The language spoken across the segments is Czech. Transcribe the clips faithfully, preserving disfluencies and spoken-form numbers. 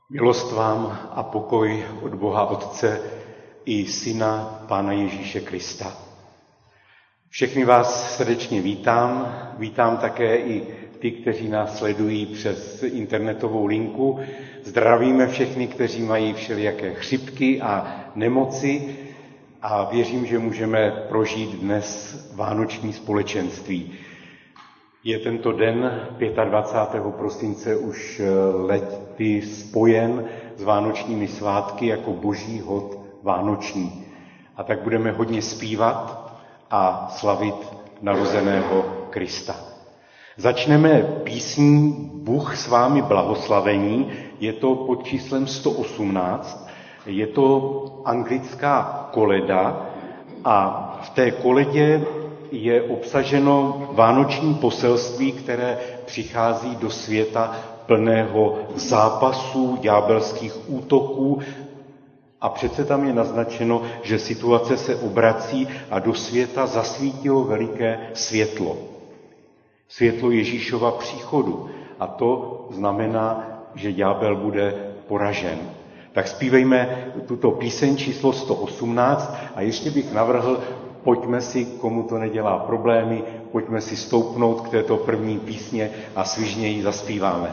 Milost vám a pokoj od Boha Otce i Syna Pána Ježíše Krista. Všechny vás srdečně vítám, vítám také i ty, kteří nás sledují přes internetovou linku. Zdravíme všechny, kteří mají všelijaké chřipky a nemoci a věřím, že můžeme prožít dnes vánoční společenství. Je tento den dvacátého pátého prosince už lety spojen s vánočními svátky jako boží hod vánoční. A tak budeme hodně zpívat a slavit narozeného Krista. Začneme písní Bůh s vámi blahoslavení, je to pod číslem sto osmnáct, je to anglická koleda a v té koledě je obsaženo vánoční poselství, které přichází do světa plného zápasů, ďábelských útoků a přece tam je naznačeno, že situace se obrací a do světa zasvítilo veliké světlo. Světlo Ježíšova příchodu a to znamená, že ďábel bude poražen. Tak zpívejme tuto píseň číslo sto osmnáct a ještě bych navrhl, pojďme si, komu to nedělá problémy, pojďme si stoupnout k této první písně a svižně ji zaspíváme.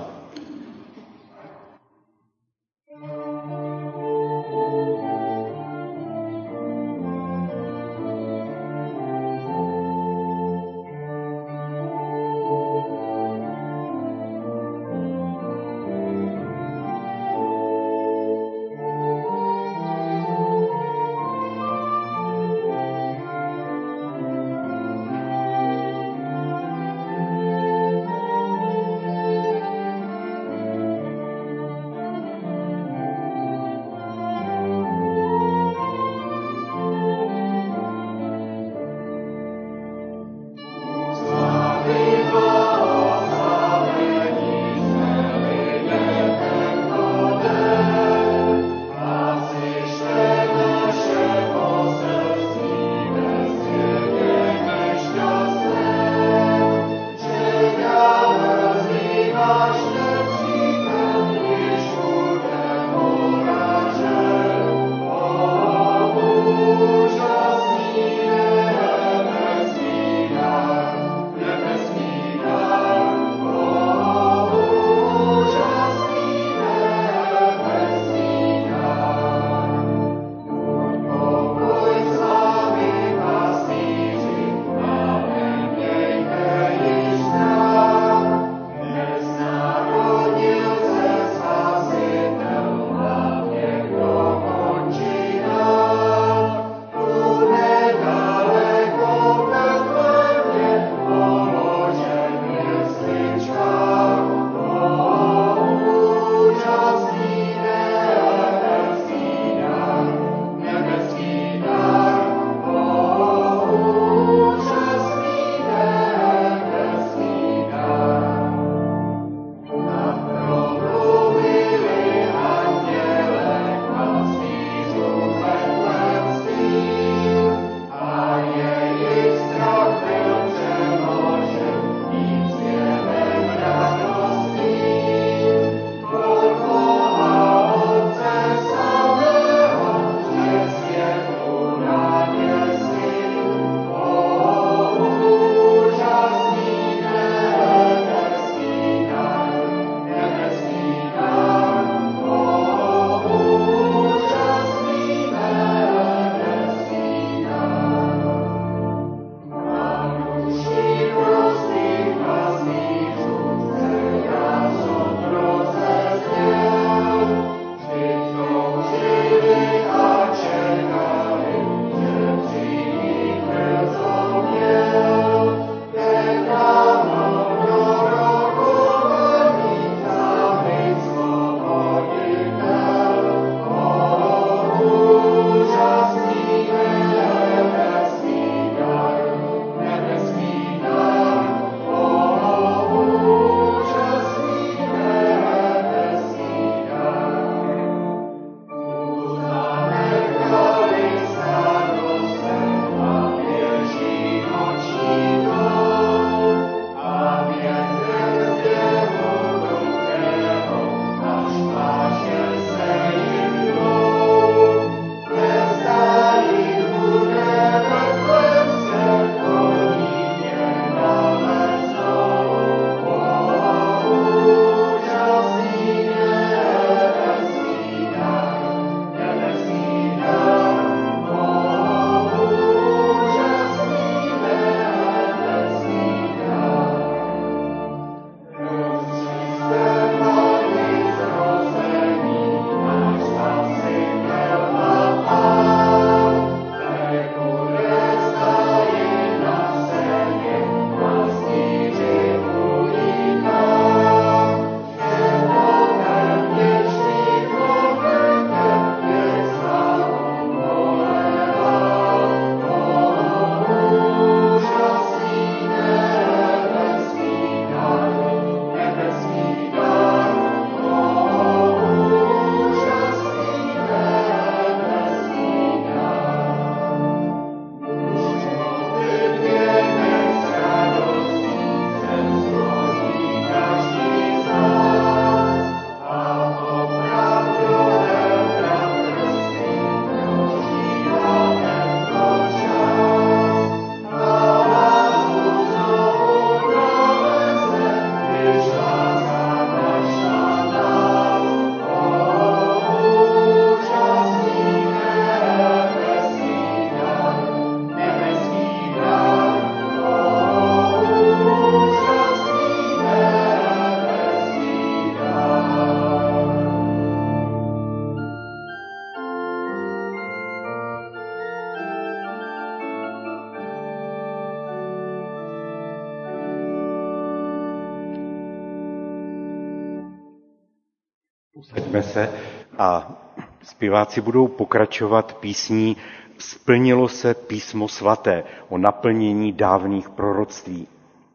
Usaďme se a zpěváci budou pokračovat písní Splnilo se písmo svaté o naplnění dávných proroctví.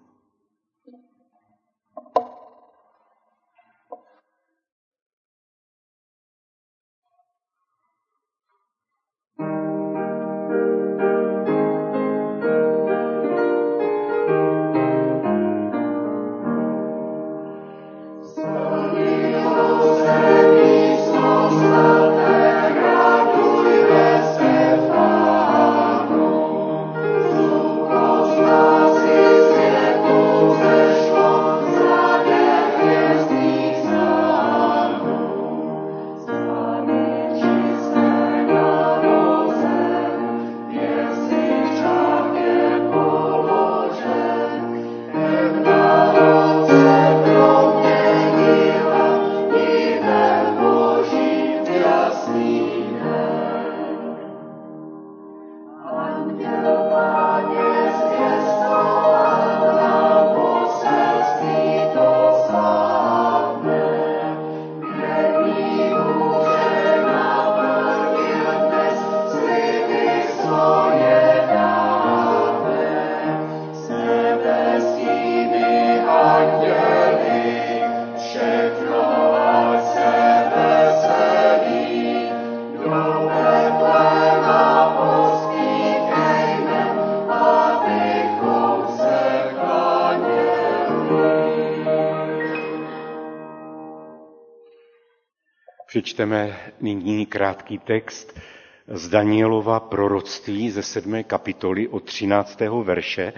Přečteme nyní krátký text z Danielova proroctví ze sedmé kapitoly od třináctého verše.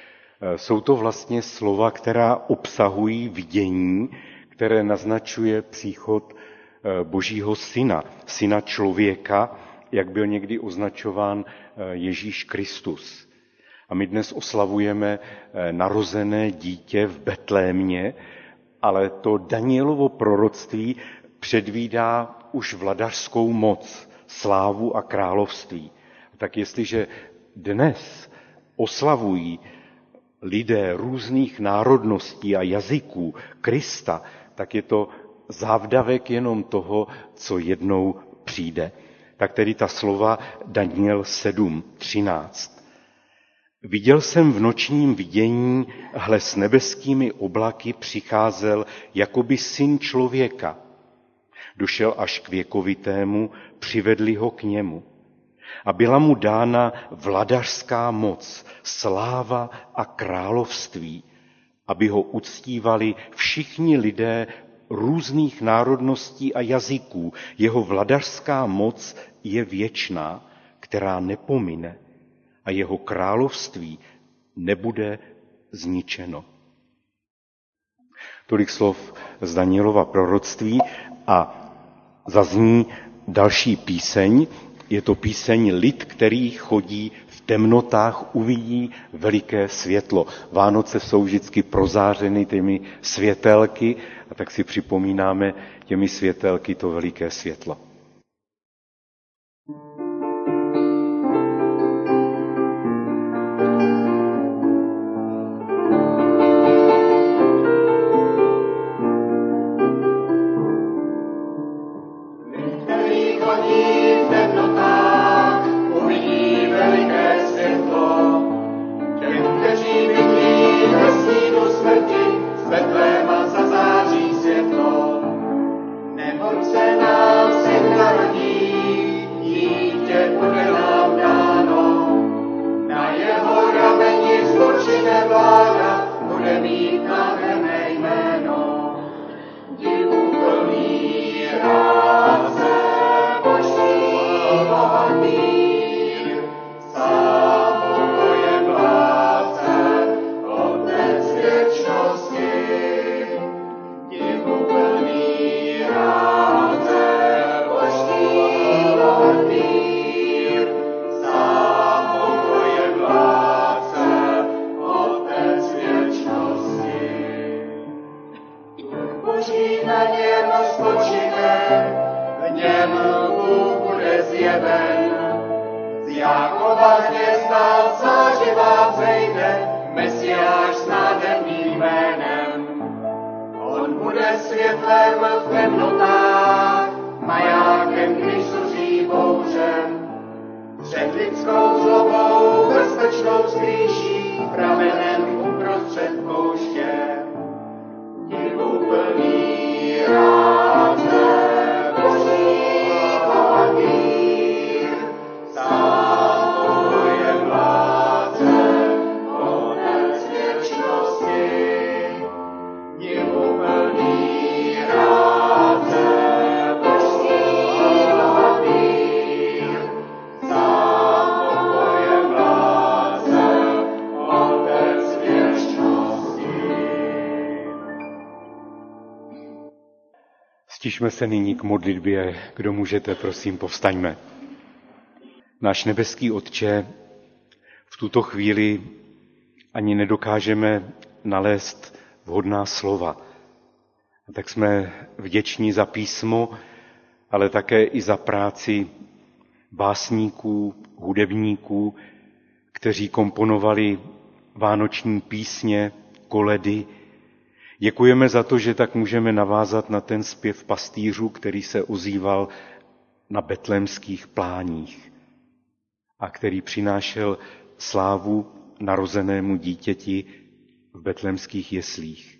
Jsou to vlastně slova, která obsahují vidění, které naznačuje příchod Božího syna, syna člověka, jak byl někdy označován Ježíš Kristus. A my dnes oslavujeme narozené dítě v Betlémě, ale to Danielovo proroctví předvídá už vladařskou moc, slávu a království. Tak jestliže dnes oslavují lidé různých národností a jazyků Krista, tak je to závdavek jenom toho, co jednou přijde. Tak tedy ta slova Daniel sedm třináct. Viděl jsem v nočním vidění, hle s nebeskými oblaky přicházel jakoby syn člověka. Došel až k věkovitému, přivedli ho k němu. A byla mu dána vladařská moc, sláva a království, aby ho uctívali všichni lidé různých národností a jazyků. Jeho vladařská moc je věčná, která nepomine, a jeho království nebude zničeno. Tolik slov z Danielova proroctví a zazní další píseň. Je to píseň Lid, který chodí v temnotách, uvidí veliké světlo. Vánoce jsou vždycky prozářeny těmi světelky a tak si připomínáme těmi světelky to veliké světlo. Světlem v temnotách. Stišme se nyní k modlitbě, kdo můžete, prosím, povstaňme. Náš nebeský Otče, v tuto chvíli ani nedokážeme nalézt vhodná slova. A tak jsme vděční za písmo, ale také i za práci básníků, hudebníků, kteří komponovali vánoční písně, koledy. Děkujeme za to, že tak můžeme navázat na ten zpěv pastýřů, který se ozýval na betlémských pláních a který přinášel slávu narozenému dítěti v betlémských jeslích.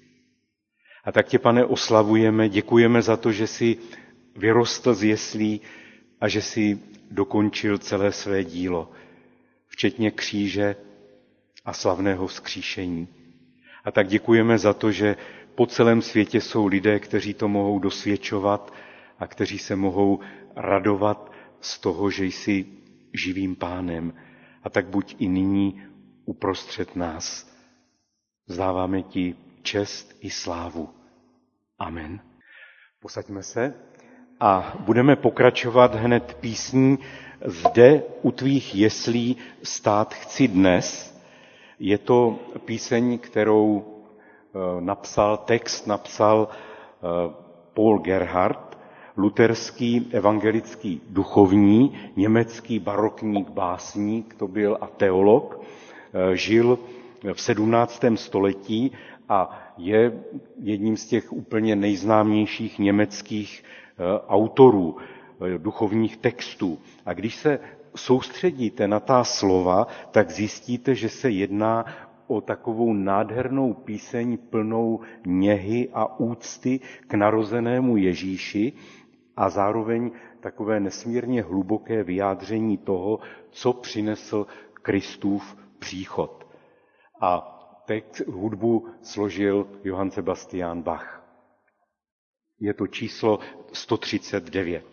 A tak tě, Pane, oslavujeme, děkujeme za to, že jsi vyrostl z jeslí a že jsi dokončil celé své dílo, včetně kříže a slavného vzkříšení. A tak děkujeme za to, že po celém světě jsou lidé, kteří to mohou dosvědčovat a kteří se mohou radovat z toho, že jsi živým Pánem. A tak buď i nyní uprostřed nás. Vzdáváme ti čest i slávu. Amen. Posaďme se a budeme pokračovat hned písní Zde u tvých jeslí stát chci dnes. Je to píseň, kterou napsal, text napsal Paul Gerhardt, luterský evangelický duchovní, německý barokní básník, to byl a teolog, žil v sedmnáctém století a je jedním z těch úplně nejznámějších německých autorů duchovních textů. A když se soustředíte na ta slova, tak zjistíte, že se jedná o takovou nádhernou píseň plnou něhy a úcty k narozenému Ježíši a zároveň takové nesmírně hluboké vyjádření toho, co přinesl Kristův příchod. A text hudbu složil Johann Sebastian Bach. Je to číslo sto třicet devět.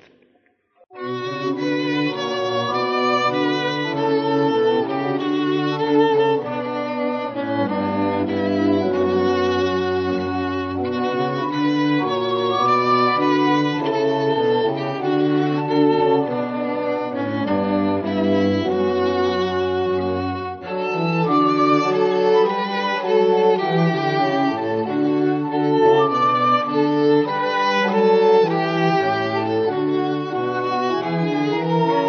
Thank you.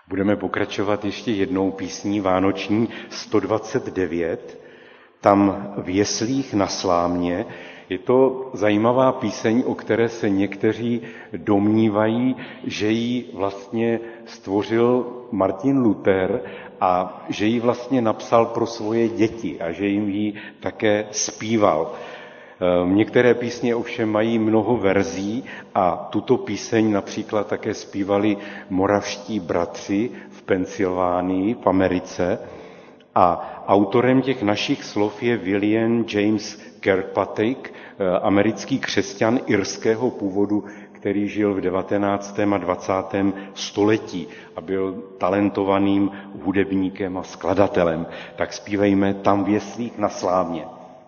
Budeme pokračovat ještě jednou písní vánoční sto dvacet devět, tam v jeslích na slámě. Je to zajímavá píseň, o které se někteří domnívají, že ji vlastně stvořil Martin Luther a že ji vlastně napsal pro svoje děti a že jim ji také zpíval. Některé písně ovšem mají mnoho verzí a tuto píseň například také zpívali moravští bratři v Pensylvánii, v Americe. A autorem těch našich slov je William James Kirkpatrick, americký křesťan irského původu, který žil v devatenáctém a dvacátém století a byl talentovaným hudebníkem a skladatelem. Tak zpívejme Tam v jeslích na slámě.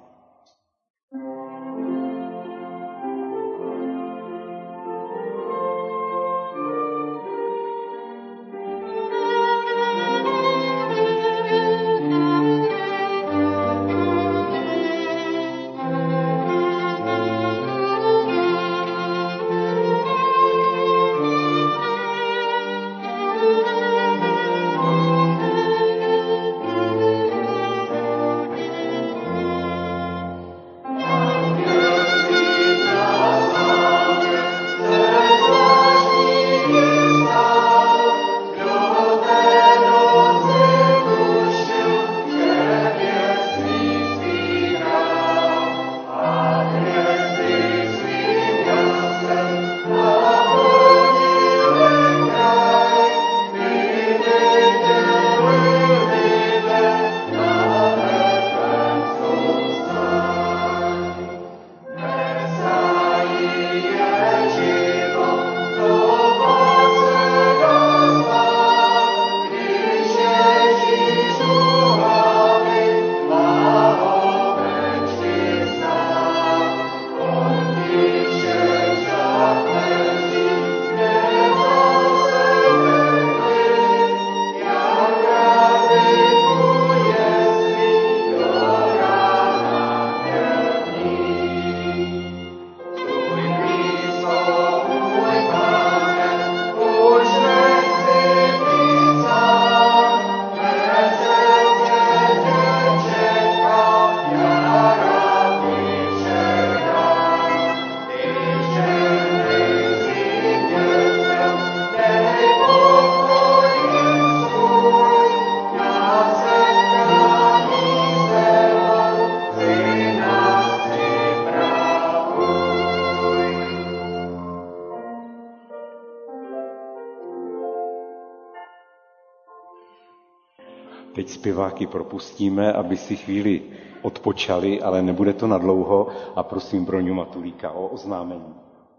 Teď zpěváky propustíme, aby si chvíli odpočali, ale nebude to nadlouho a prosím Broňu Matulíka o oznámení.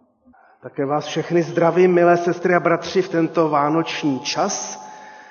Také vás všechny zdravím, milé sestry a bratři, v tento vánoční čas.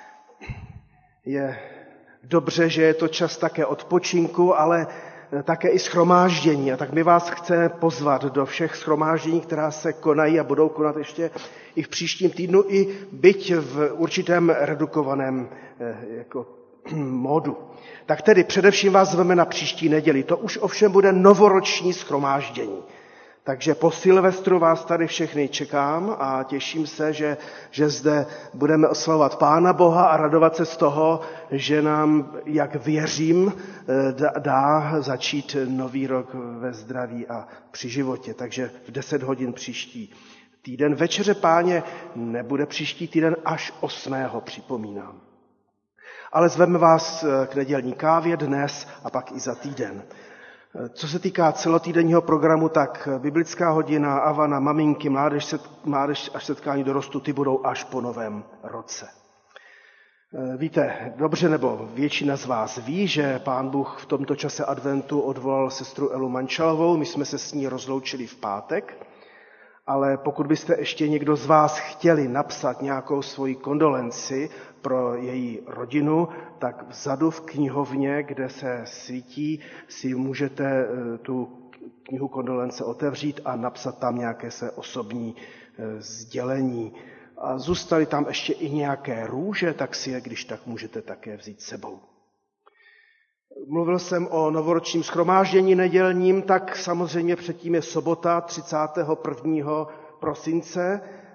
Je dobře, že je to čas také odpočinku, ale také i shromáždění. A tak my vás chceme pozvat do všech shromáždění, která se konají a budou konat ještě i v příštím týdnu, i byť v určitém redukovaném jako módu. Tak tedy především vás zveme na příští neděli. To už ovšem bude novoroční shromáždění. Takže po Silvestru vás tady všechny čekám a těším se, že, že zde budeme oslavovat Pána Boha a radovat se z toho, že nám, jak věřím, dá začít nový rok ve zdraví a při životě. Takže v deset hodin příští týden. Večeře Páně nebude příští týden, až osmého připomínám. Ale zveme vás k nedělní kávě dnes a pak i za týden. Co se týká celotýdenního programu, tak biblická hodina, Avana, maminky, mládež, set, mládež až setkání dorostu, ty budou až po novém roce. Víte, dobře nebo většina z vás ví, že Pán Bůh v tomto čase adventu odvolal sestru Elu Mančalovou, my jsme se s ní rozloučili v pátek, ale pokud byste ještě někdo z vás chtěli napsat nějakou svoji kondolenci pro její rodinu, tak vzadu v knihovně, kde se svítí, si můžete tu knihu kondolence otevřít a napsat tam nějaké své osobní sdělení. A zůstaly tam ještě i nějaké růže, tak si je, když tak, můžete také vzít sebou. Mluvil jsem o novoročním shromáždění nedělním, tak samozřejmě předtím je sobota třicátého prvního prosince,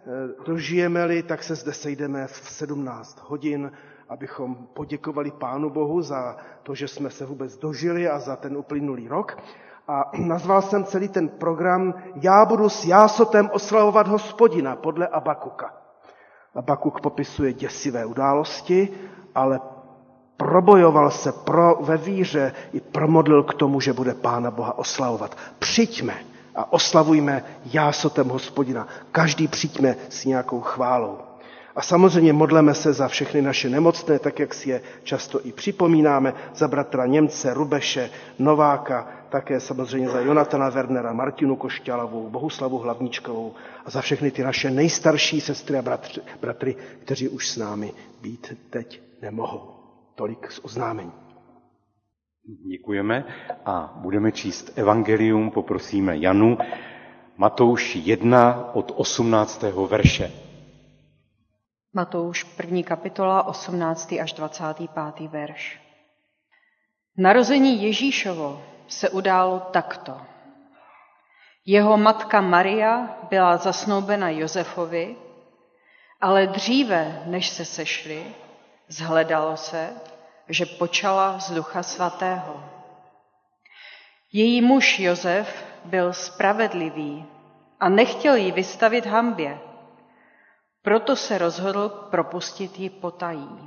dožijeme-li, tak se zde sejdeme v sedmnáct hodin, abychom poděkovali Pánu Bohu za to, že jsme se vůbec dožili a za ten uplynulý rok. A nazval jsem celý ten program Já budu s jásotem oslavovat Hospodina podle Abakuka. Abakuk popisuje děsivé události, ale probojoval se pro, ve víře i promodlil k tomu, že bude Pána Boha oslavovat. Přijďme a oslavujme jásotem Hospodina. Každý přijďme s nějakou chválou. A samozřejmě modleme se za všechny naše nemocné, tak jak si je často i připomínáme, za bratra Němce, Rubeše, Nováka, také samozřejmě za Jonatana Wernera, Martinu Košťalovou, Bohuslavu Hlavničkovou a za všechny ty naše nejstarší sestry a bratři, bratry, kteří už s námi být teď nemohou. Tolik z oznámení. Děkujeme a budeme číst evangelium, poprosíme Janu, Matouš jedna od osmnáctého verše. Matouš první kapitola, osmnáctý až dvacátý pátý verš. Narození Ježíšovo se událo takto. Jeho matka Maria byla zasnoubena Josefovi, ale dříve, než se sešli, shledalo se, že počala z Ducha Svatého. Její muž Josef byl spravedlivý a nechtěl ji vystavit hanbě, proto se rozhodl propustit ji potají.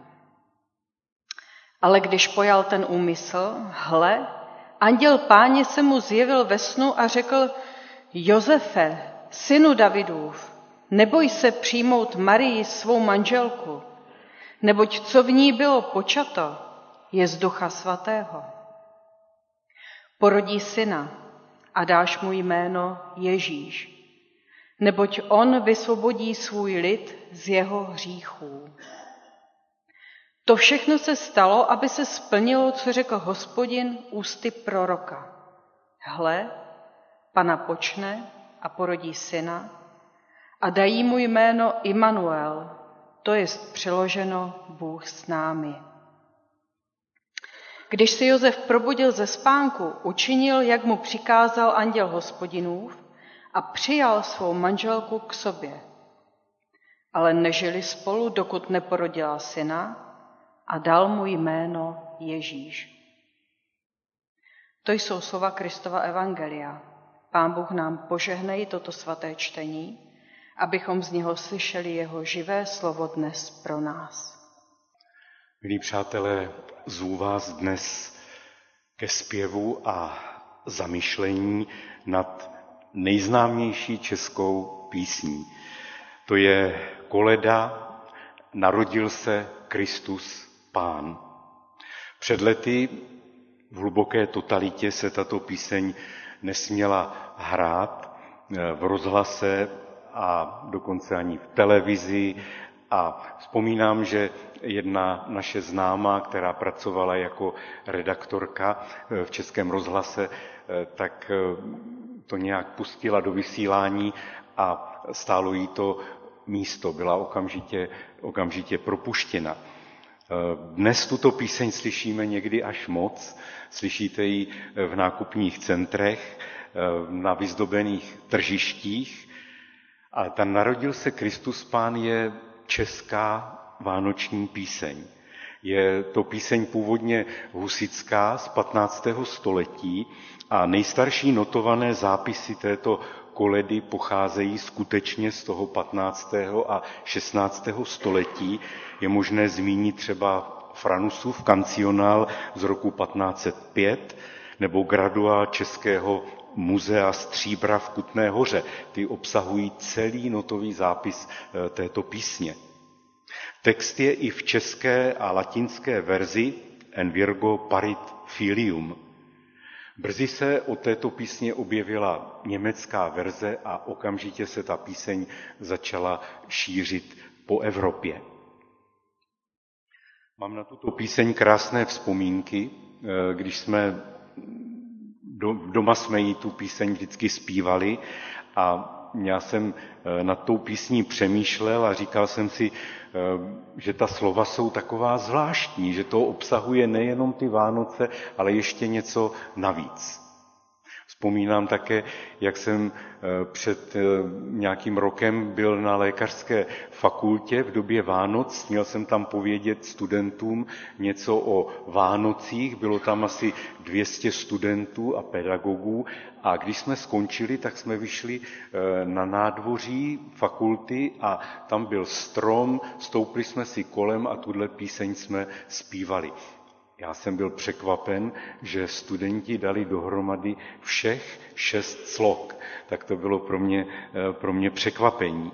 Ale když pojal ten úmysl, hle, anděl Páně se mu zjevil ve snu a řekl: Josefe, synu Davidův, neboj se přijmout Marii svou manželku, neboť co v ní bylo počato, je z Ducha Svatého. Porodí syna a dáš mu jméno Ježíš, neboť on vysvobodí svůj lid z jeho hříchů. To všechno se stalo, aby se splnilo, co řekl Hospodin ústy proroka. Hle, Pana počne a porodí syna a dají mu jméno Immanuel, to jest přeloženo Bůh s námi. Když se Josef probudil ze spánku, učinil, jak mu přikázal anděl Hospodinův, a přijal svou manželku k sobě. Ale nežili spolu, dokud neporodila syna, a dal mu jméno Ježíš. To jsou slova Kristova evangelia. Pán Bůh nám požehnej toto svaté čtení, abychom z něho slyšeli jeho živé slovo dnes pro nás. Milí přátelé, zvu vás dnes ke zpěvu a zamyšlení nad nejznámější českou písní. To je koleda Narodil se Kristus Pán. Před lety v hluboké totalitě se tato píseň nesměla hrát v rozhlase a dokonce ani v televizi. A vzpomínám, že jedna naše známá, která pracovala jako redaktorka v Českém rozhlase, tak to nějak pustila do vysílání a stálo jí to místo, byla okamžitě, okamžitě propuštěna. Dnes tuto píseň slyšíme někdy až moc, slyšíte ji v nákupních centrech, na vyzdobených tržištích, ale ta Narodil se Kristus Pán je česká vánoční píseň. Je to píseň původně husitská z patnáctého století a nejstarší notované zápisy této koledy pocházejí skutečně z toho patnáctého a šestnáctého století. Je možné zmínit třeba Franusův kancionál z roku patnáct set pět nebo graduál Českého muzea stříbra v Kutné Hoře. Ty obsahují celý notový zápis této písně. Text je i v české a latinské verzi En virgo parit filium. Brzy se o této písně objevila německá verze a okamžitě se ta píseň začala šířit po Evropě. Mám na tuto píseň krásné vzpomínky, když jsme doma jsme jí tu píseň vždycky zpívali a já jsem nad tou písní přemýšlel a říkal jsem si, že ta slova jsou taková zvláštní, že to obsahuje nejenom ty Vánoce, ale ještě něco navíc. Vzpomínám také, jak jsem před nějakým rokem byl na lékařské fakultě v době Vánoc. Měl jsem tam povědět studentům něco o Vánocích. Bylo tam asi dvě stě studentů a pedagogů. A když jsme skončili, tak jsme vyšli na nádvoří fakulty a tam byl strom, stoupli jsme si kolem a tuhle píseň jsme zpívali. Já jsem byl překvapen, že studenti dali dohromady všech šest slok. Tak to bylo pro mě, pro mě překvapení.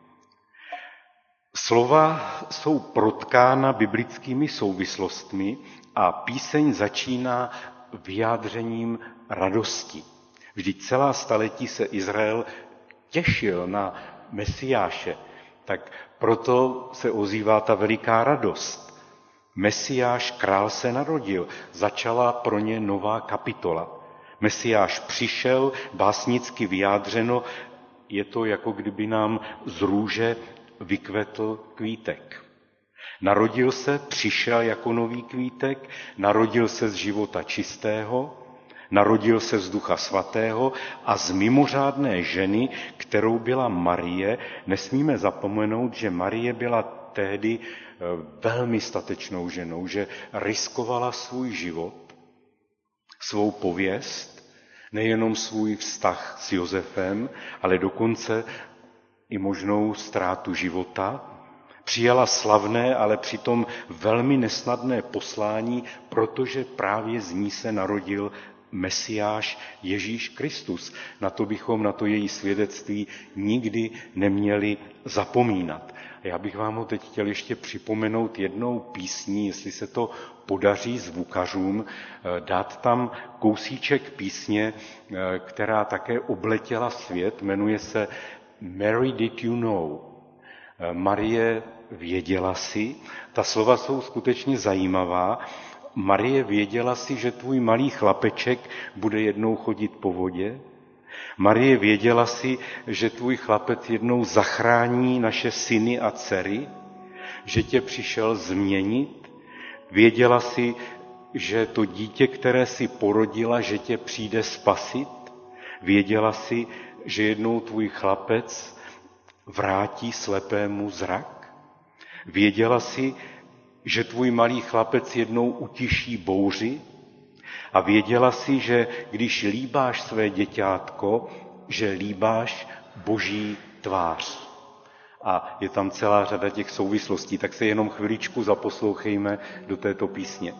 Slova jsou protkána biblickými souvislostmi a píseň začíná vyjádřením radosti. Vždyť celá staletí se Izrael těšil na Mesiáše, tak proto se ozývá ta veliká radost. Mesiáš, král, se narodil, začala pro ně nová kapitola. Mesiáš přišel, básnicky vyjádřeno, je to jako kdyby nám z růže vykvetl kvítek. Narodil se, přišel jako nový kvítek, narodil se z života čistého, narodil se z Ducha Svatého a z mimořádné ženy, kterou byla Marie. Nesmíme zapomenout, že Marie byla tehdy velmi statečnou ženou, že riskovala svůj život, svou pověst, nejenom svůj vztah s Josefem, ale dokonce i možnou ztrátu života. Přijala slavné, ale přitom velmi nesnadné poslání, protože právě z ní se narodil Mesiáš Ježíš Kristus. Na to bychom, na to její svědectví nikdy neměli zapomínat. A já bych vám ho teď chtěl ještě připomenout jednou písní, jestli se to podaří zvukařům, dát tam kousíček písně, která také obletěla svět, jmenuje se Mary, did you know? Marie, věděla si? Ta slova jsou skutečně zajímavá. Marie, věděla si, že tvůj malý chlapeček bude jednou chodit po vodě? Marie, věděla si, že tvůj chlapec jednou zachrání naše syny a dcery? Že tě přišel změnit? Věděla si, že to dítě, které si porodila, že tě přijde spasit? Věděla si, že jednou tvůj chlapec vrátí slepému zrak? Věděla si, že tvůj malý chlapec jednou utiší bouři? A věděla si, že když líbáš své děťátko, že líbáš Boží tvář. A je tam celá řada těch souvislostí, tak se jenom chviličku zaposlouchejme do této písně.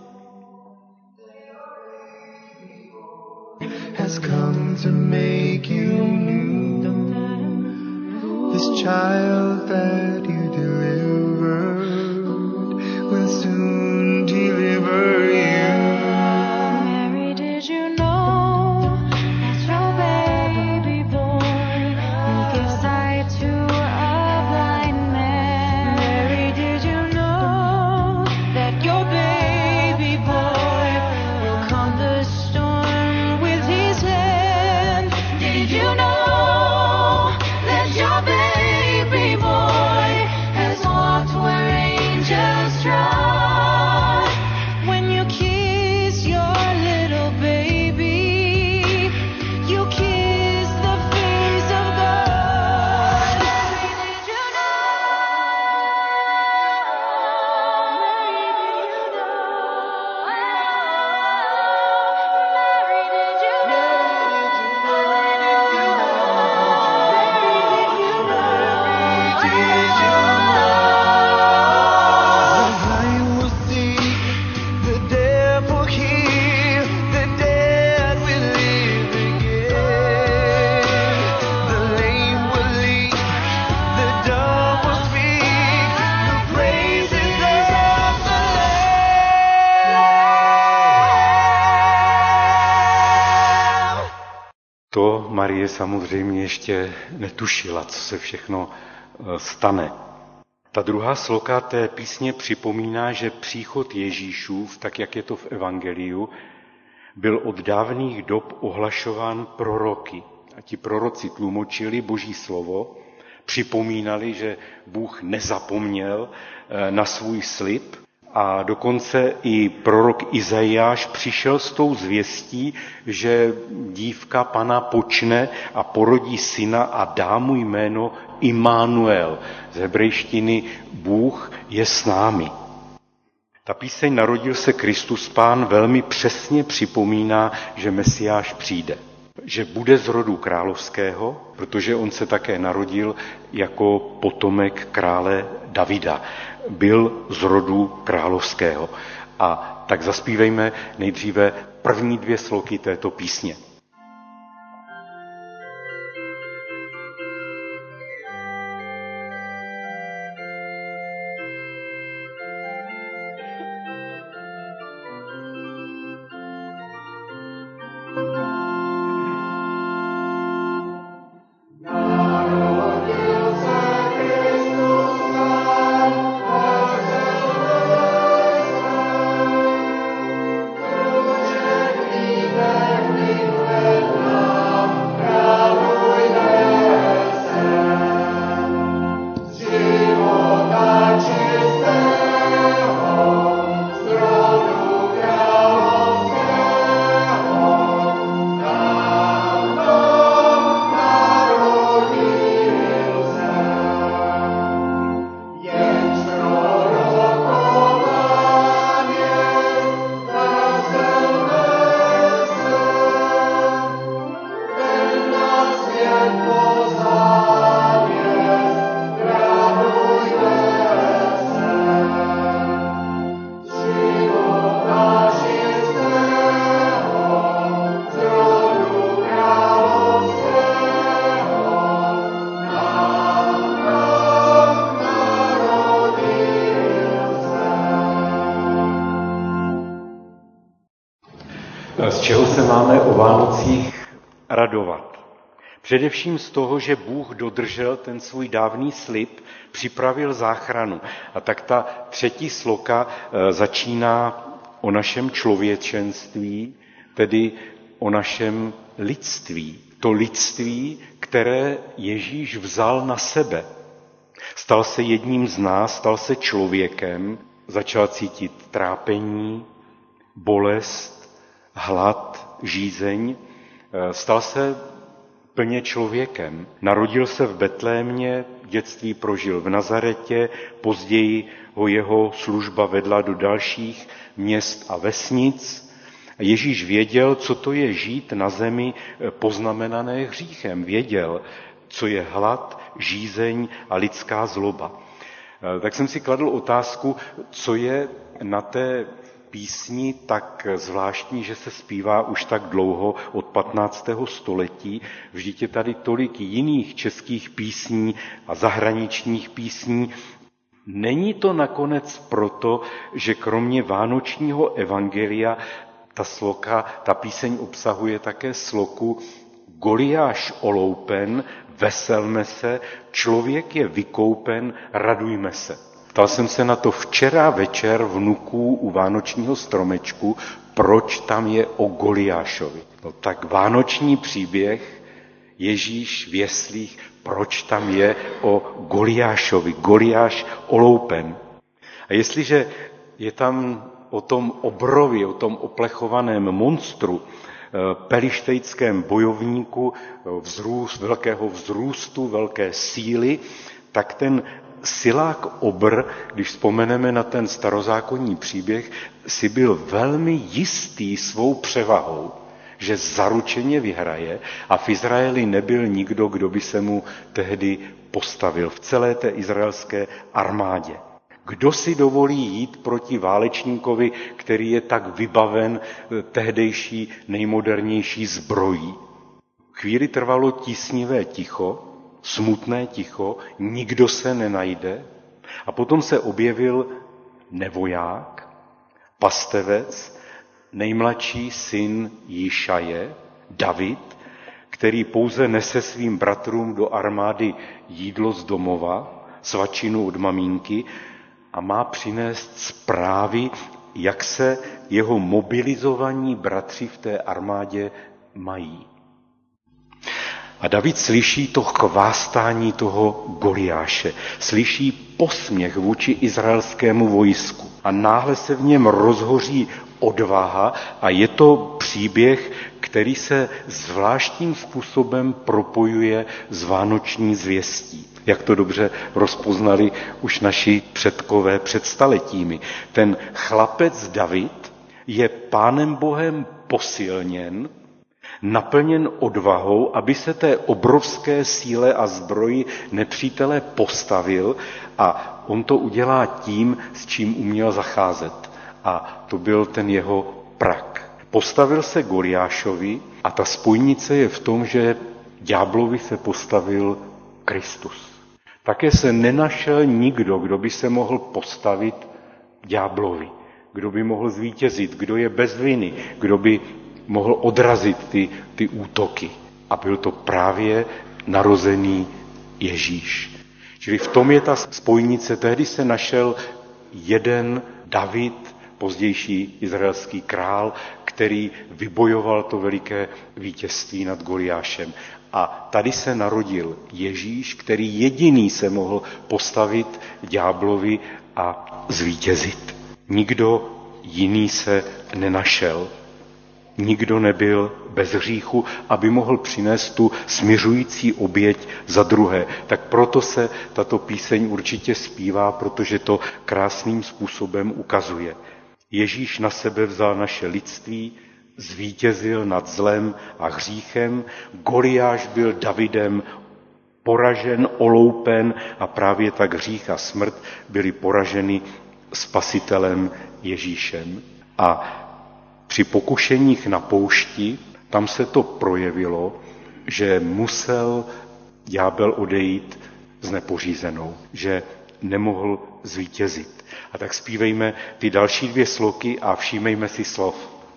Has come to make you new. This child that you delivered will soon deliver you. Mary, did you know that your baby boy will give sight to a blind man? Mary, did you know that your baby boy will calm the storm with his hand? Did you know that your baby boy has walked where angels trod? When you kiss your little baby, you kiss the face of God. Mary, did you know? Mary, did you know? Mary, did you know? The blind will see, the deaf will hear, the dead will live again. The lame will leap, the dumb will speak, the praises of the Lamb. To Marie samozřejmě ještě netušila, co se všechno eh, stane. Ta druhá sloka té písně připomíná, že příchod Ježíšův, tak jak je to v evangeliu, byl od dávných dob ohlašován proroky. A ti proroci tlumočili Boží slovo, připomínali, že Bůh nezapomněl eh, na svůj slib A dokonce i prorok Izajáš přišel s tou zvěstí, že dívka Pana počne a porodí syna a dá mu jméno Immanuel. Z hebrejštiny Bůh je s námi. Ta píseň Narodil se Kristus Pán velmi přesně připomíná, že Mesiáš přijde. Že bude z rodu královského, protože on se také narodil jako potomek krále Davida. Byl z rodu královského. A tak zaspívejme nejdříve první dvě sloky této písně. Z čeho se máme o Vánocích radovat? Především z toho, že Bůh dodržel ten svůj dávný slib, připravil záchranu. A tak ta třetí sloka začíná o našem člověčenství, tedy o našem lidství. To lidství, které Ježíš vzal na sebe. Stal se jedním z nás, stal se člověkem, začal cítit trápení, bolest, hlad, žízeň, stal se plně člověkem. Narodil se v Betlémě, dětství prožil v Nazaretě, později ho jeho služba vedla do dalších měst a vesnic. Ježíš věděl, co to je žít na zemi poznamenané hříchem. Věděl, co je hlad, žízeň a lidská zloba. Tak jsem si kladl otázku, co je na té písni tak zvláštní, že se zpívá už tak dlouho, od patnáctého století. Vždyť je tady tolik jiných českých písní a zahraničních písní. Není to nakonec proto, že kromě vánočního evangelia ta sloka, ta píseň obsahuje také sloku Goliáš oloupen, veselme se, člověk je vykoupen, radujme se. Ptal jsem se na to včera večer vnuků u vánočního stromečku, proč tam je o Goliášovi. No tak vánoční příběh, Ježíš v jeslích, proč tam je o Goliášovi, Goliáš oloupen. A jestliže je tam o tom obrovi, o tom oplechovaném monstru, pelištejském bojovníku vzrůst, velkého vzrůstu, velké síly, tak ten silák obr, když vzpomeneme na ten starozákonní příběh, si byl velmi jistý svou převahou, že zaručeně vyhraje a v Izraeli nebyl nikdo, kdo by se mu tehdy postavil v celé té izraelské armádě. Kdo si dovolí jít proti válečníkovi, který je tak vybaven tehdejší nejmodernější zbrojí? Chvíli trvalo tísnivé ticho, smutné ticho, nikdo se nenajde a potom se objevil nevoják, pastevec, nejmladší syn Jíšaje, David, který pouze nese svým bratrům do armády jídlo z domova, svačinu od maminky a má přinést zprávy, jak se jeho mobilizovaní bratři v té armádě mají. A David slyší to chvástání toho Goliáše, slyší posměch vůči izraelskému vojsku a náhle se v něm rozhoří odvaha a je to příběh, který se zvláštním způsobem propojuje s vánoční zvěstí. Jak to dobře rozpoznali už naši předkové před staletími. Ten chlapec David je Pánem Bohem posilněn, naplněn odvahou, aby se té obrovské síle a zbroji nepřítele postavil a on to udělá tím, s čím uměl zacházet. A to byl ten jeho prak. Postavil se Goliášovi a ta spojnice je v tom, že ďáblovi se postavil Kristus. Také se nenašel nikdo, kdo by se mohl postavit ďáblovi, kdo by mohl zvítězit, kdo je bez viny, kdo by mohl odrazit ty, ty útoky. A byl to právě narozený Ježíš. Čili v tom je ta spojnice. Tehdy se našel jeden David, pozdější izraelský král, který vybojoval to veliké vítězství nad Goliášem. A tady se narodil Ježíš, který jediný se mohl postavit ďáblovi a zvítězit. Nikdo jiný se nenašel. Nikdo nebyl bez hříchu, aby mohl přinést tu smiřující oběť za druhé. Tak proto se tato píseň určitě zpívá, protože to krásným způsobem ukazuje. Ježíš na sebe vzal naše lidství, zvítězil nad zlem a hříchem, Goliáš byl Davidem poražen, oloupen a právě tak hřích a smrt byly poraženy spasitelem Ježíšem. A při pokušeních na poušti, tam se to projevilo, že musel ďábel odejít s nepořízenou, že nemohl zvítězit. A tak zpívejme ty další dvě sloky a všímejme si slov.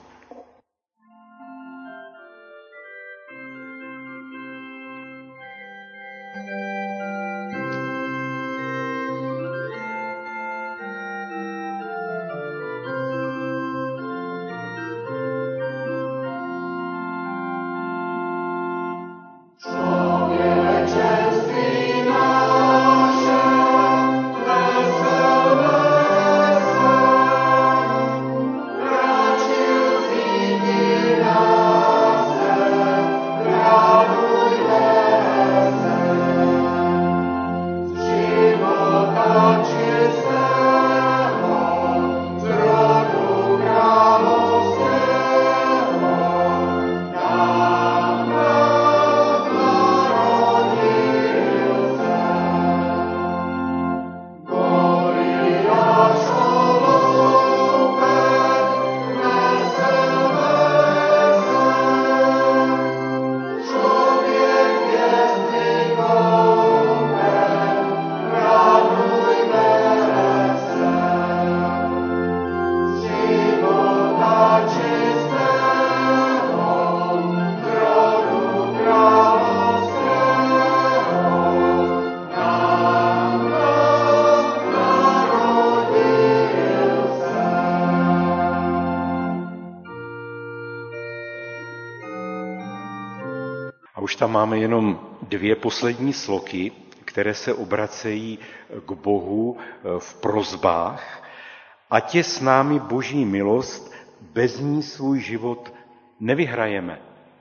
Už tam máme jenom dvě poslední sloky, které se obracejí k Bohu v prosbách. Ať je s námi Boží milost, bez ní svůj život nevyhrajeme.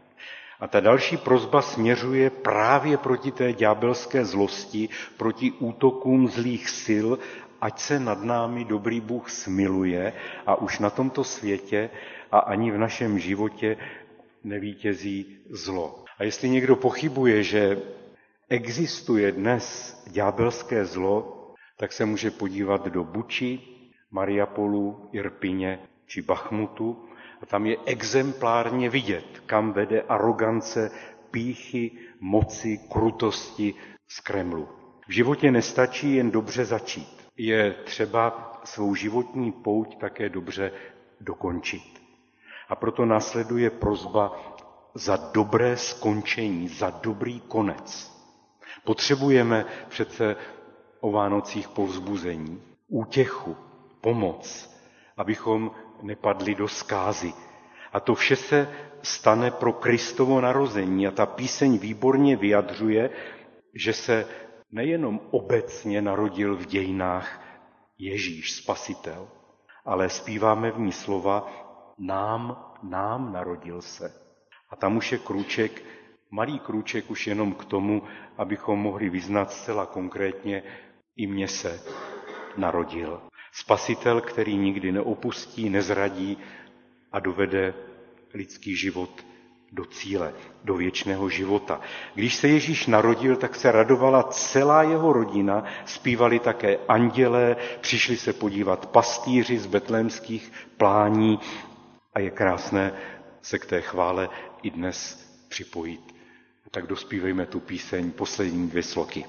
A ta další prosba směřuje právě proti té ďábelské zlosti, proti útokům zlých sil, ať se nad námi dobrý Bůh smiluje a už na tomto světě a ani v našem životě nevítězí zlo. A jestli někdo pochybuje, že existuje dnes ďábelské zlo, tak se může podívat do Buči, Mariupolu, Irpině či Bachmutu a tam je exemplárně vidět, kam vede arogance, pýchy, moci, krutosti z Kremlu. V životě nestačí jen dobře začít. Je třeba svou životní pouť také dobře dokončit. A proto následuje prosba za dobré skončení, za dobrý konec. Potřebujeme přece o Vánocích povzbuzení, útěchu, pomoc, abychom nepadli do zkázy, A to vše se stane pro Kristovo narození. A ta píseň výborně vyjadřuje, že se nejenom obecně narodil v dějinách Ježíš, Spasitel, ale zpíváme v ní slova nám, nám narodil se. A tam už je krůček, malý krůček už jenom k tomu, abychom mohli vyznat zcela konkrétně, i mně se narodil. Spasitel, který nikdy neopustí, nezradí a dovede lidský život do cíle, do věčného života. Když se Ježíš narodil, tak se radovala celá jeho rodina, zpívali také andělé, přišli se podívat pastýři z betlémských plání a je krásné se k té chvále i dnes připojit. Tak dospívejme tu píseň, poslední dvě sloky.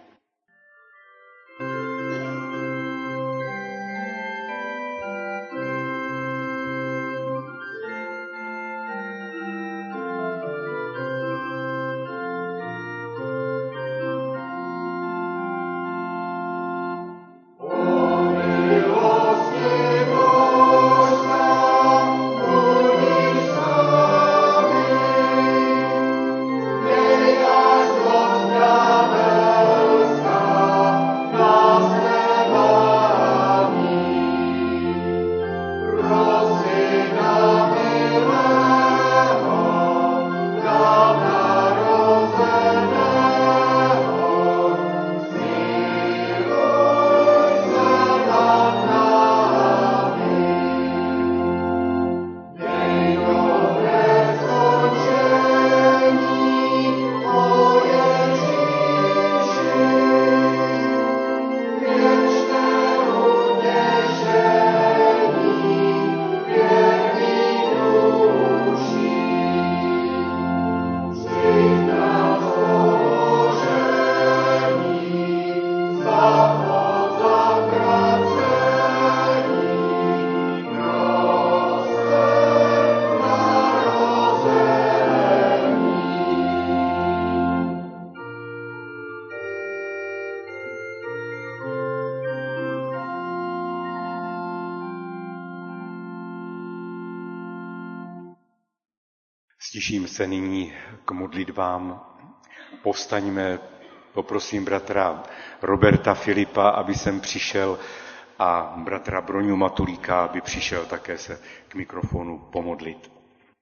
Stiším se nyní k modlitbám. Povstaňme, poprosím bratra Roberta Filipa, aby sem přišel, a bratra Broňu Matulíka, aby přišel také se k mikrofonu pomodlit.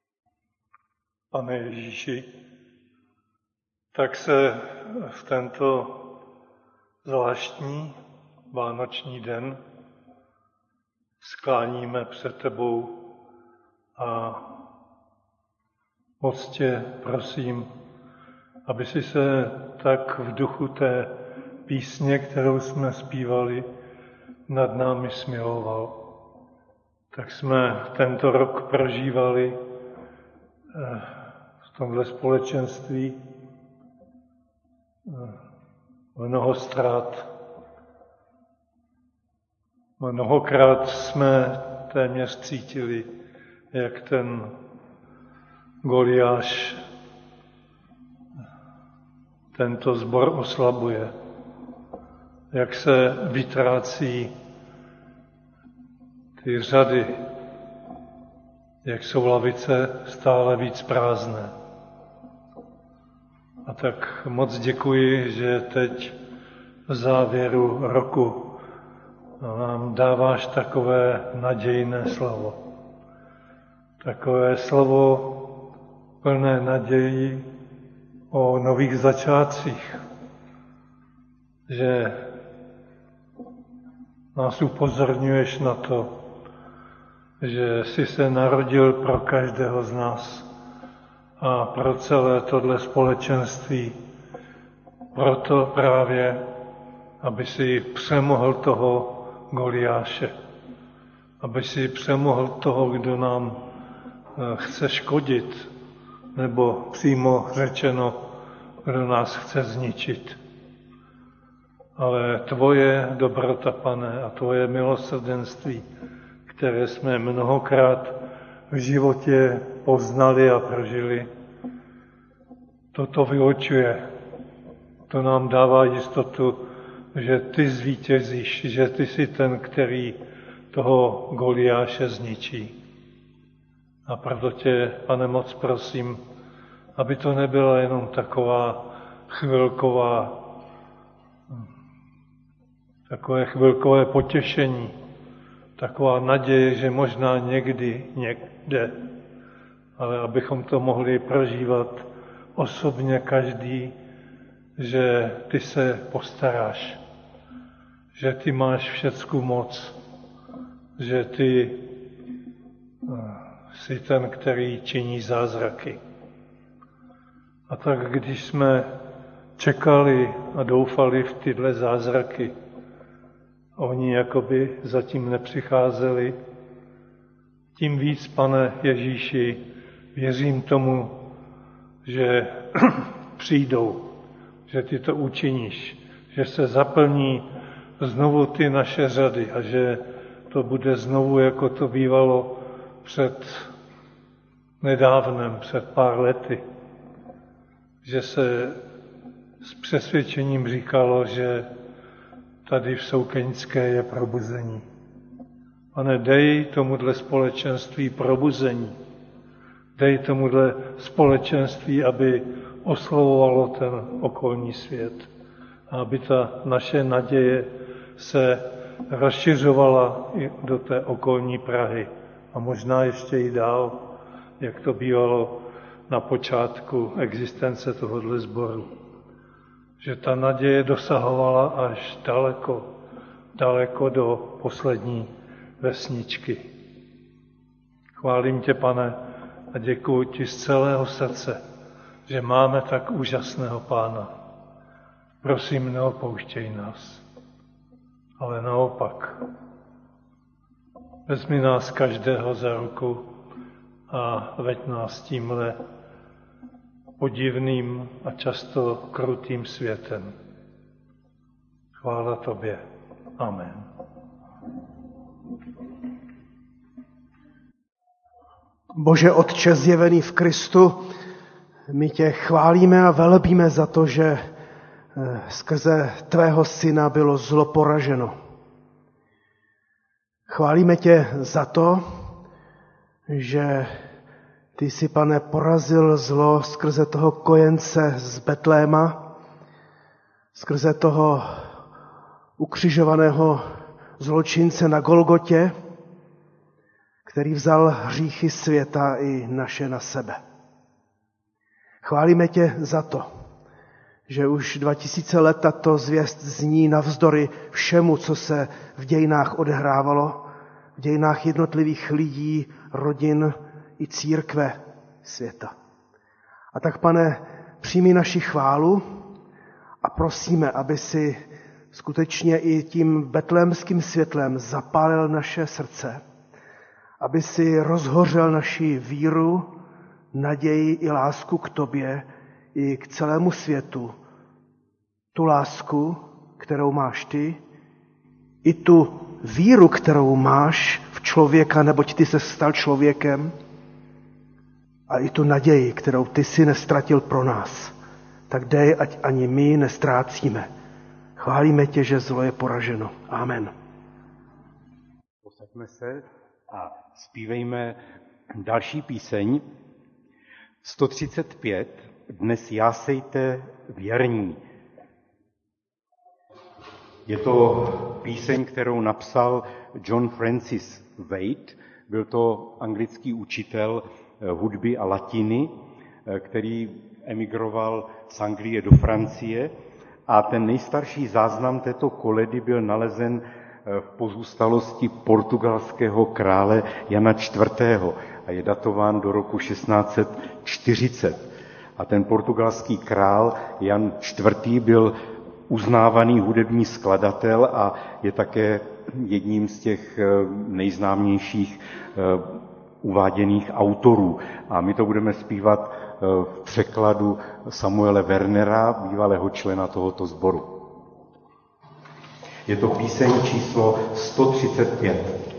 Pane Ježíši, tak se v tento zvláštní vánoční den skláníme před tebou a moc tě prosím, aby si se tak v duchu té písně, kterou jsme zpívali, nad námi smiloval. Tak jsme tento rok prožívali v tomhle společenství mnoho ztrát. Mnohokrát jsme téměř cítili, jak ten Goliáš tento sbor oslabuje, jak se vytrácí ty řady, jak jsou lavice stále víc prázdné. A tak moc děkuji, že teď v závěru roku nám dáváš takové nadějné slovo. Takové slovo plné naději o nových začátcích, že nás upozorňuješ na to, že jsi se narodil pro každého z nás a pro celé tohle společenství, proto právě, aby si přemohl toho Goliáše, aby si přemohl toho, kdo nám chce škodit, nebo přímo řečeno, kdo nás chce zničit. Ale tvoje dobrota, Pane, a tvoje milosrdenství, které jsme mnohokrát v životě poznali a prožili, toto vylučuje. To nám dává jistotu, že ty zvítězíš, že ty jsi ten, který toho Goliáše zničí. A proto tě, Pane, moc prosím, aby to nebyla jenom taková chvilková, takové chvilkové potěšení, taková naděje, že možná někdy, někde, ale abychom to mohli prožívat osobně každý, že ty se postaráš, že ty máš všecku moc, že ty jsi ten, který činí zázraky. A tak když jsme čekali a doufali v tyhle zázraky, oni jakoby zatím nepřicházeli, tím víc, Pane Ježíši, věřím tomu, že přijdou, že ty to učiníš, že se zaplní znovu ty naše řady a že to bude znovu, jako to bývalo před nedávnem, před pár lety, že se s přesvědčením říkalo, že tady v Soukeňské je probuzení. Pane, dej tomuhle společenství probuzení. Dej tomuhle společenství, aby oslovovalo ten okolní svět. A aby ta naše naděje se rozšiřovala i do té okolní Prahy. A možná ještě i dál, jak to bývalo na počátku existence tohohle sboru. Že ta naděje dosahovala až daleko, daleko do poslední vesničky. Chválím tě, Pane, a děkuji ti z celého srdce, že máme tak úžasného Pána. Prosím, neopouštěj nás, ale naopak. Vezmi nás každého za ruku a veď nás tímhle podivným a často krutým světem. Chvála tobě. Amen. Bože Otče zjevený v Kristu, my tě chválíme a velebíme za to, že skrze tvého syna bylo zlo poraženo. Chválíme tě za to, že ty jsi, Pane, porazil zlo skrze toho kojence z Betléma, skrze toho ukřižovaného zločince na Golgotě, který vzal hříchy světa i naše na sebe. Chválíme tě za to, že už dva tisíce let tato zvěst zní navzdory všemu, co se v dějinách odehrávalo, v dějinách jednotlivých lidí, rodin i církve světa. A tak, Pane, přijmi naši chválu a prosíme, aby si skutečně i tím betlémským světlem zapálil naše srdce, aby si rozhořel naši víru, naději i lásku k tobě i k celému světu. Tu lásku, kterou máš ty, i tu víru, kterou máš v člověka, neboť ty se stal člověkem, a i tu naději, kterou ty si nestratil pro nás. Tak dej, ať ani my nestrácíme. Chválíme tě, že zlo je poraženo. Amen. Posaďme se a zpívejme další píseň. sto třicet pět. Dnes jásejte věrní. Je to píseň, kterou napsal John Francis Wade. Byl to anglický učitel hudby a latiny, který emigroval z Anglie do Francie. A ten nejstarší záznam této koledy byl nalezen v pozůstalosti portugalského krále Jana čtvrtého. a je datován do roku šestnáct set čtyřicet. A ten portugalský král Jan čtvrtý byl uznávaný hudební skladatel a je také jedním z těch nejznámějších uváděných autorů. A my to budeme zpívat v překladu Samuele Wernera, bývalého člena tohoto sboru. Je to píseň číslo sto třicet pět.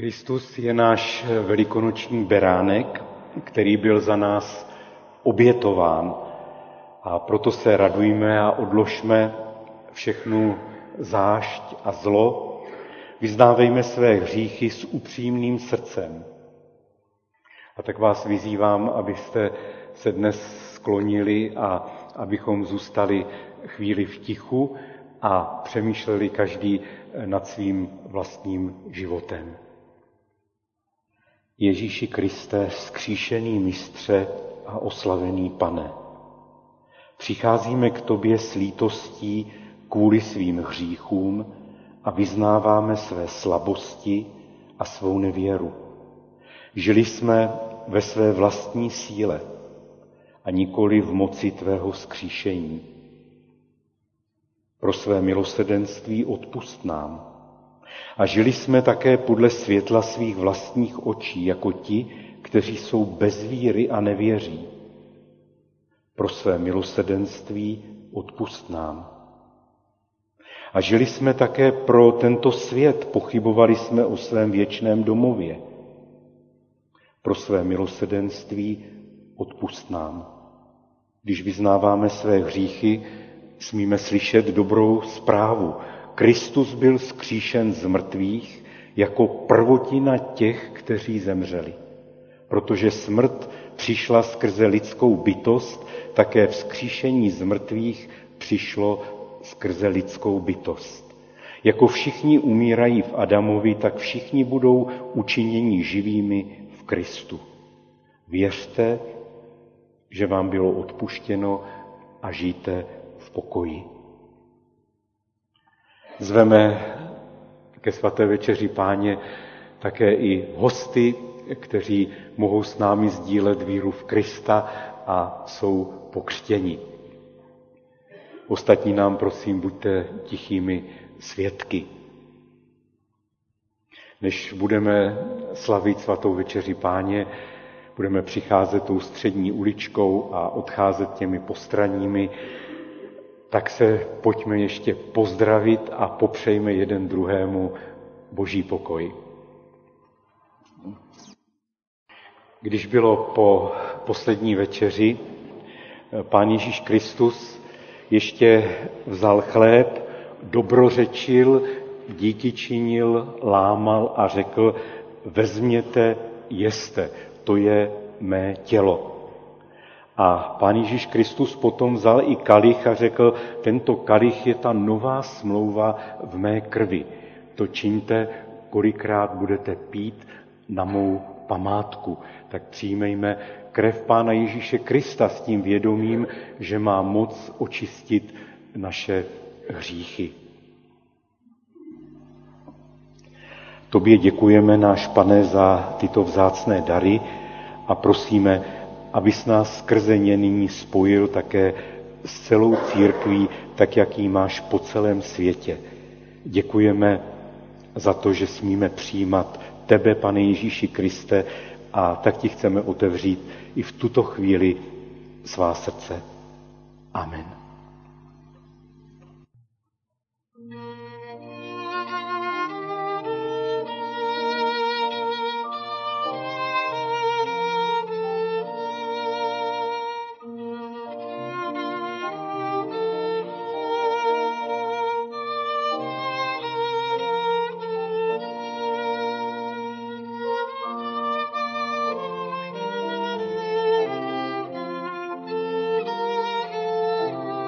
Kristus je náš velikonoční beránek, který byl za nás obětován. A proto se radujme a odložme všechnu zášť a zlo. Vyznávejme své hříchy s upřímným srdcem. A tak vás vyzývám, abyste se dnes sklonili a abychom zůstali chvíli v tichu a přemýšleli každý nad svým vlastním životem. Ježíši Kriste, vzkříšený mistře a oslavený Pane, přicházíme k tobě s lítostí kvůli svým hříchům a vyznáváme své slabosti a svou nevěru. Žili jsme ve své vlastní síle a nikoli v moci tvého vzkříšení. Pro své milosrdenství odpusť nám. A žili jsme také podle světla svých vlastních očí, jako ti, kteří jsou bez víry a nevěří. Pro své milosrdenství odpusť nám. A žili jsme také pro tento svět, pochybovali jsme o svém věčném domově. Pro své milosrdenství odpusť nám. Když vyznáváme své hříchy, smíme slyšet dobrou zprávu. Kristus byl vzkříšen z mrtvých jako prvotina těch, kteří zemřeli. Protože smrt přišla skrze lidskou bytost, také vzkříšení z mrtvých přišlo skrze lidskou bytost. Jako všichni umírají v Adamovi, tak všichni budou učiněni živými v Kristu. Věřte, že vám bylo odpuštěno a žijte v pokoji. Zveme ke svaté večeři Páně také i hosty, kteří mohou s námi sdílet víru v Krista a jsou pokřtěni. Ostatní nám, prosím, buďte tichými svědky. Než budeme slavit svatou večeři Páně, budeme přicházet tou střední uličkou a odcházet těmi postranními, tak se pojďme ještě pozdravit a popřejme jeden druhému Boží pokoj. Když bylo po poslední večeři, Pán Ježíš Kristus ještě vzal chléb, dobrořečil, díky činil, lámal a řekl: vezměte, jeste, to je mé tělo. A Pán Ježíš Kristus potom vzal i kalich a řekl: tento kalich je ta nová smlouva v mé krvi. To čiňte, kolikrát budete pít na mou památku. Tak přijmejme krev Pána Ježíše Krista s tím vědomím, že má moc očistit naše hříchy. Tobě děkujeme, náš Pane, za tyto vzácné dary a prosíme, abys nás skrze ně nyní spojil také s celou církví, tak jak ji máš po celém světě. Děkujeme za to, že smíme přijímat tebe, Pane Ježíši Kriste, a tak ti chceme otevřít i v tuto chvíli svá srdce. Amen. Thank you.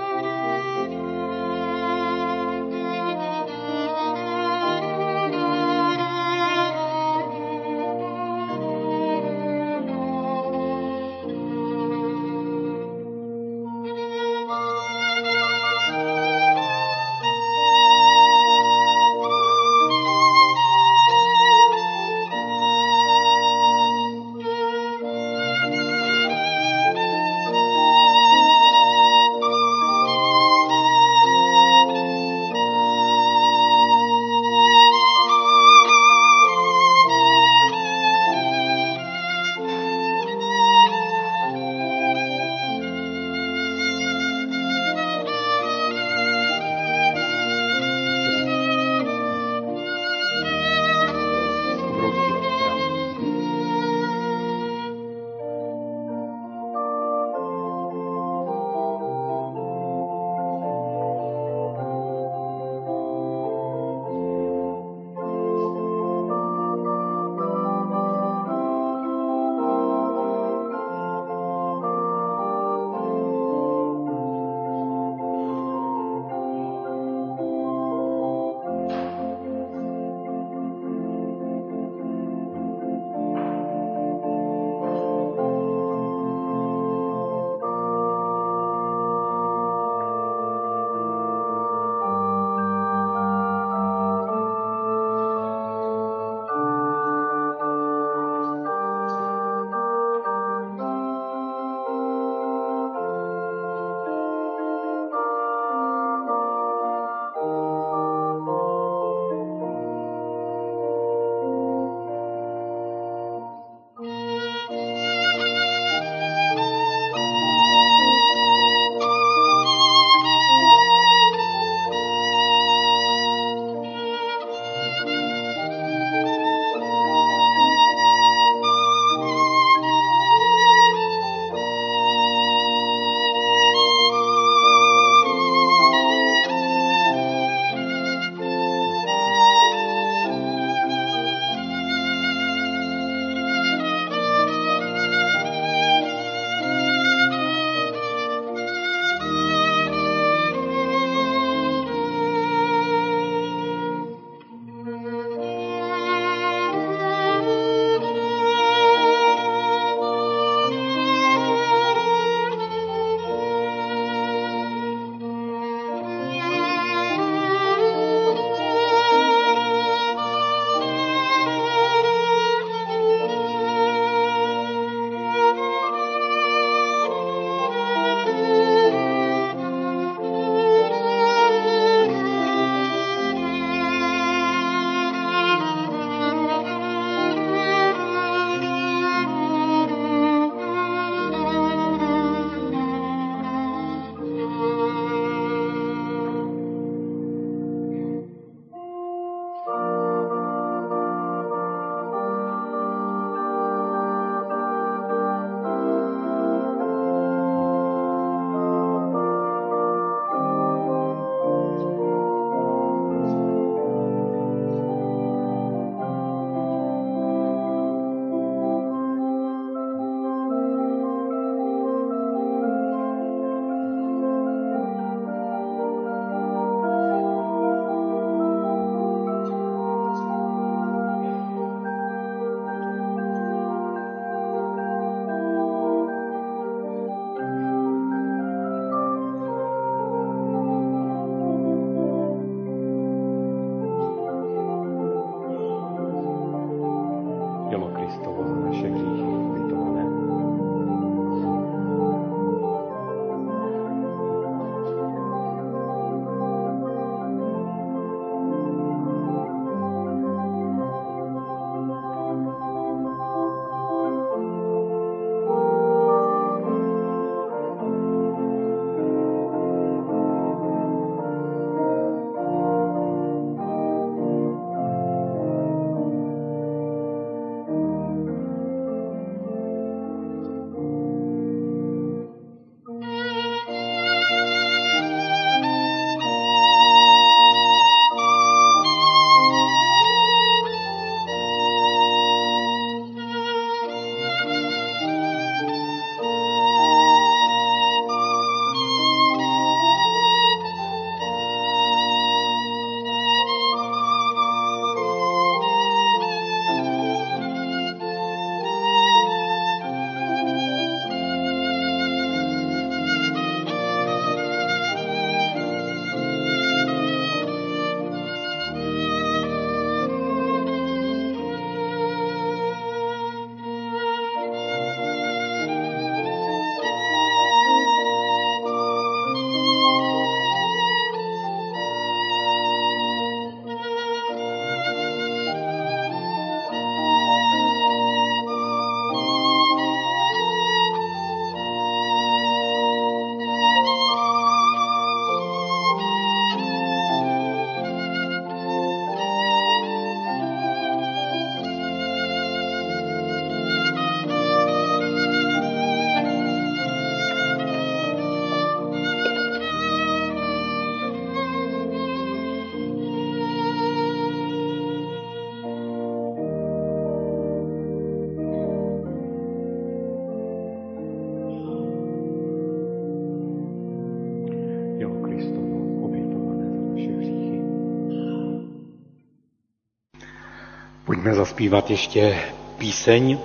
Pojďme zaspívat ještě píseň.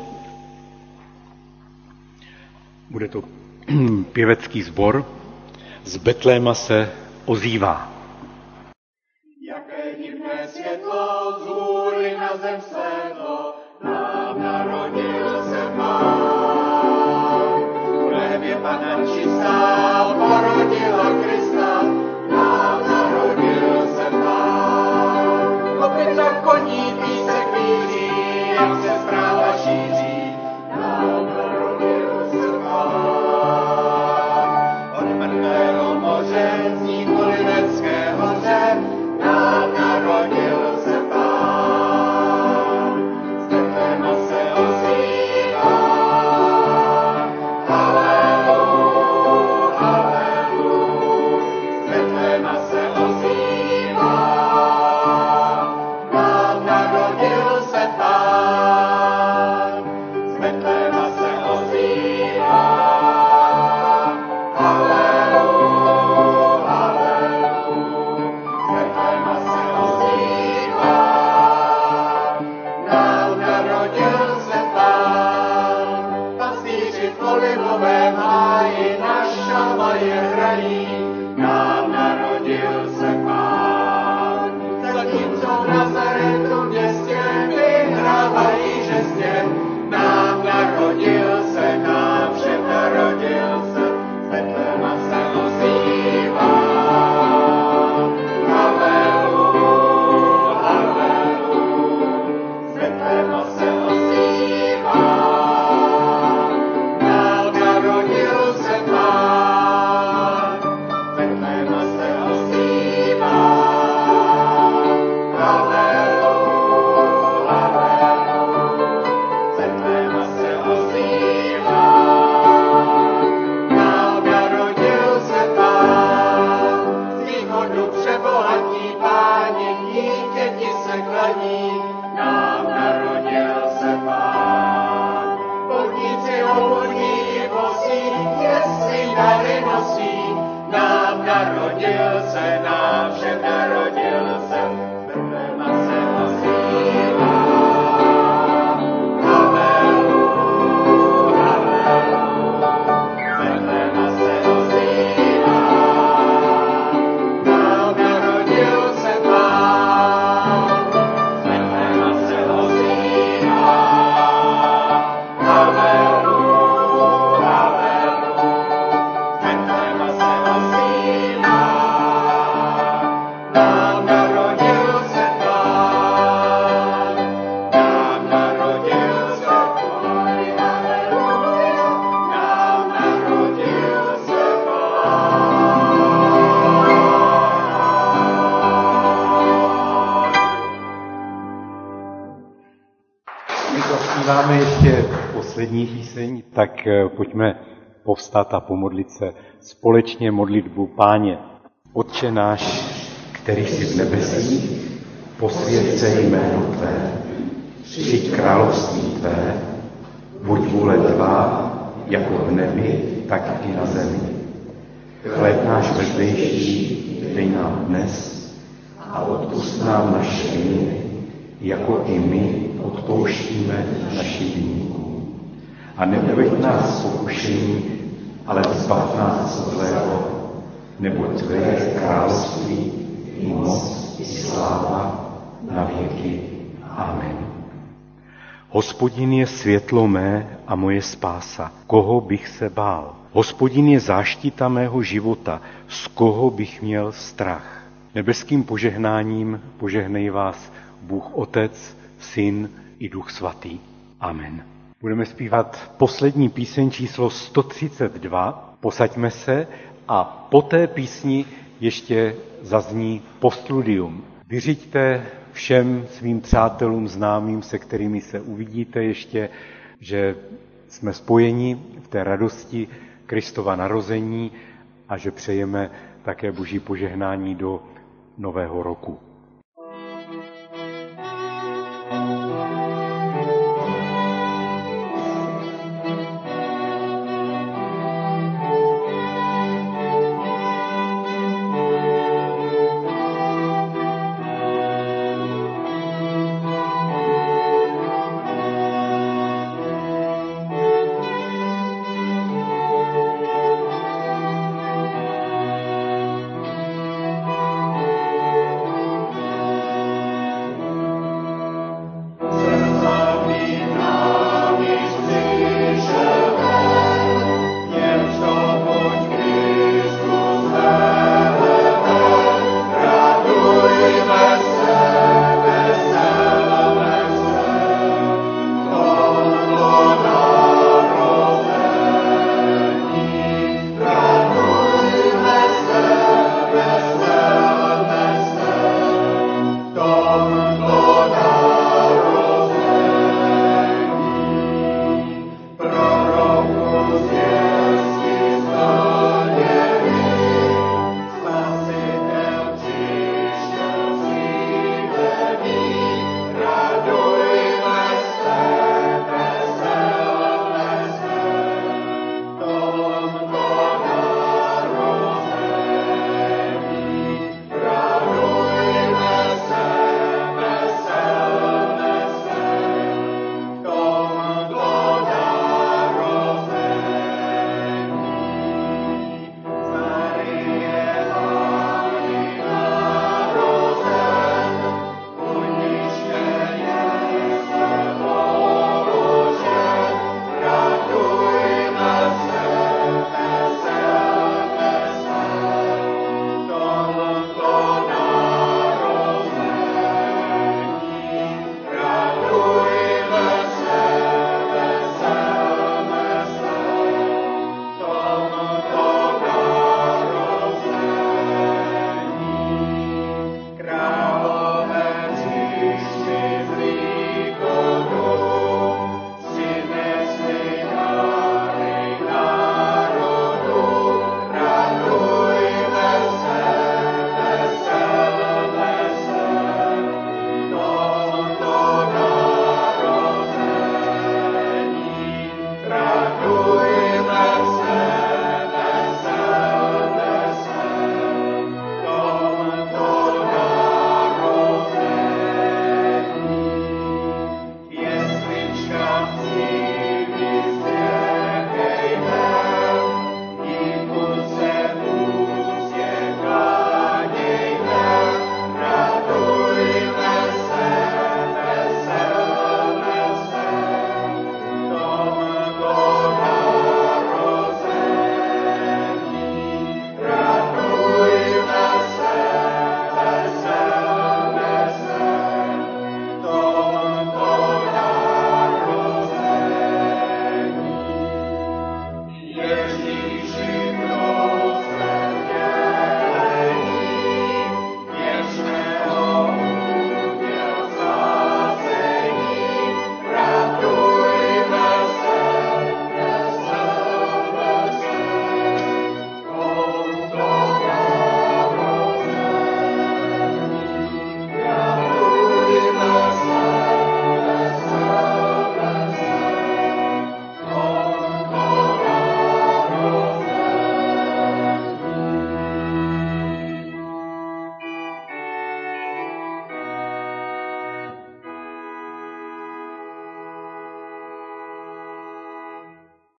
Bude to pěvecký sbor. Z Betléma se ozývá. Jaké divné světlo z hůry na zem slétlo, nám narodil se Pán. V nebě Panna čistá porodila Krista, nám narodil se Pán. Kopyta koní písek víří, jak se zpráva šíří, nám narodil se Pán. Od mrtvého moře zní Olivecké hoře, nám narodil se Pán. Z Betléma se ozývá, halelu, halelu. Z Betléma se ozývá, nám narodil se Pán. Z Betléma se ozývá, halelu, halelu. Z Betléma se ozývá, nám narodil se Pán. Pastýři v olivovém háji na šalvaje hrají, nám narodil se Pán. Zatímco v Nazaretu městě vyhrávají žestě, nám narodil se, nám všem narodil se. Z Betléma se ozývá, halelu, halelu. Z Betléma se ozývá, nám narodil se Pán. Z Betléma se ozývá, halelu, halelu. Z Betléma se ozývá, nám narodil se Pán. Z východu přebohatí páni, dítěti se klaní, nám narodil se Pán. Poutníci obudí bosí, jestli dary nosí, nám narodil se, nám všem narodil se. Z Betléma se ozývá, halelu, halelu. Z Betléma se ozývá, nám narodil se Pán. Z Betléma se ozývá, halelu, halelu. Z Betléma se ozývá, nám narodil se Pán. Nám narodil se Pán, haleluja. Nám narodil se My zaspíváme ještě poslední píseň, tak eh, pojďme povstat a pomodlit se společně modlitbu Páně. Otče náš, který jsi v nebesích, posvěť se jméno Tvé, přijď království Tvé, buď vůle Tvá, jako v nebi, tak i na zemi. Chléb náš vezdejší dej nám dnes a odpusť nám naše viny, jako i my odpouštíme našim viníkům. A neuveď nás v pokušení, ale zbav nás od zlého, neboť Tvé je království, i moc, i sláva na věky. Amen. Hospodin je světlo mé a moje spása. Koho bych se bál? Hospodin je záštita mého života. Z koho bych měl strach? Nebeským požehnáním požehnej vás Bůh Otec, Syn i Duch Svatý. Amen. Budeme zpívat poslední píseň číslo sto třicet dva. Posaďme se a po té písni ještě zazní postludium. Vyřiďte všem svým přátelům, známým, se kterými se uvidíte ještě, že jsme spojeni v té radosti Kristova narození a že přejeme také Boží požehnání do nového roku.